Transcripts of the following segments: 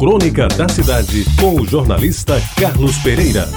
Crônica da Cidade, com o jornalista Carlos Pereira.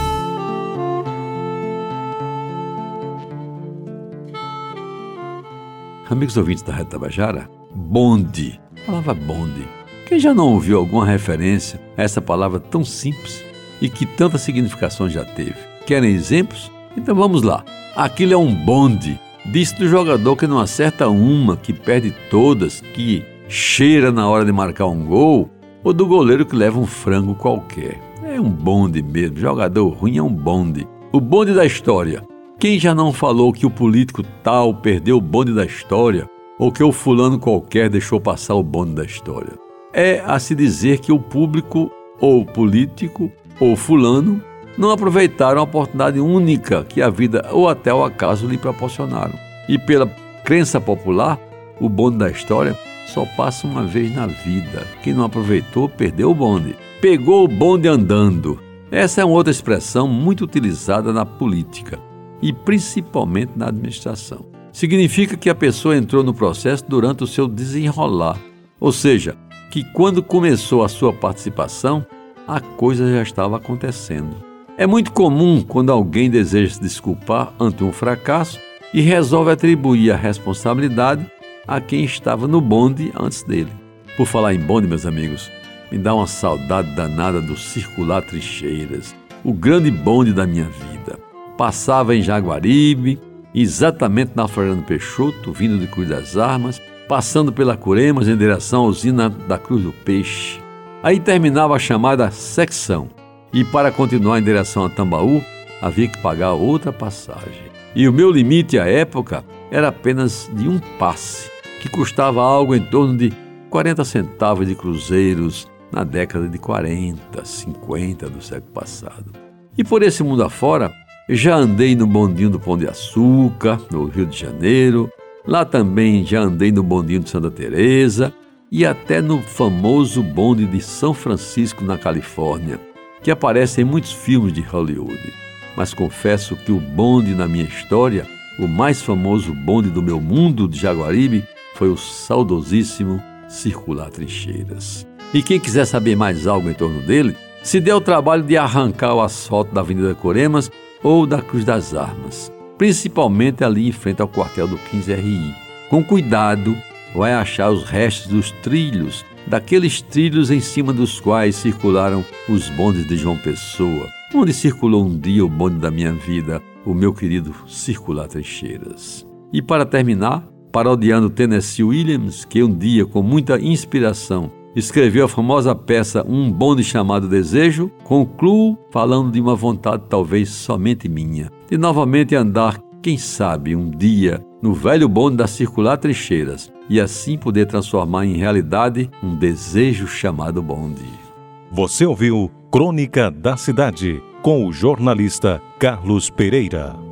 Amigos ouvintes da Rádio Tabajara, bonde, a palavra bonde. Quem já não ouviu alguma referência a essa palavra tão simples e que tantas significações já teve? Querem exemplos? Então vamos lá. Aquilo é um bonde. Diz do jogador que não acerta uma, que perde todas, que cheira na hora de marcar um gol, ou do goleiro que leva um frango qualquer. É um bonde mesmo. Jogador ruim é um bonde. O bonde da história. Quem já não falou que o político tal perdeu o bonde da história, ou que o fulano qualquer deixou passar o bonde da história? É a se dizer que o público, ou político, ou fulano, não aproveitaram a oportunidade única que a vida ou até o acaso lhe proporcionaram. E pela crença popular, o bonde da história só passa uma vez na vida. Quem não aproveitou, perdeu o bonde. Pegou o bonde andando. Essa é uma outra expressão muito utilizada na política e principalmente na administração. Significa que a pessoa entrou no processo durante o seu desenrolar. Ou seja, que quando começou a sua participação, a coisa já estava acontecendo. É muito comum quando alguém deseja se desculpar ante um fracasso e resolve atribuir a responsabilidade a quem estava no bonde antes dele. Por falar em bonde, meus amigos, me dá uma saudade danada do Circular Trincheiras, o grande bonde da minha vida. Passava em Jaguaribe, exatamente na Floriano Peixoto, vindo de Cruz das Armas, passando pela Curemas em direção à usina da Cruz do Peixe. Aí terminava a chamada secção. E para continuar em direção a Tambaú, havia que pagar outra passagem. E o meu limite à época era apenas de um passe, que custava algo em torno de 40 centavos de cruzeiros na década de 40, 50 do século passado. E por esse mundo afora, já andei no bondinho do Pão de Açúcar, no Rio de Janeiro. Lá também já andei no bondinho de Santa Teresa e até no famoso bonde de São Francisco, na Califórnia, que aparece em muitos filmes de Hollywood. Mas confesso que o bonde na minha história, o mais famoso bonde do meu mundo de Jaguaribe, foi o saudosíssimo Circular Trincheiras. E quem quiser saber mais algo em torno dele, se dê o trabalho de arrancar o asfalto da Avenida Curemas ou da Cruz das Armas, principalmente ali em frente ao quartel do 15RI. Com cuidado, vai achar os restos dos trilhos, daqueles trilhos em cima dos quais circularam os bondes de João Pessoa, onde circulou um dia o bonde da minha vida, o meu querido Circular Trincheiras. E para terminar, parodiando Tennessee Williams, que um dia, com muita inspiração, escreveu a famosa peça Um Bonde Chamado Desejo, concluo falando de uma vontade talvez somente minha, de novamente andar, quem sabe, um dia, no velho bonde da Circular Trincheiras, e assim poder transformar em realidade um desejo chamado bonde. Você ouviu Crônica da Cidade, com o jornalista Carlos Pereira.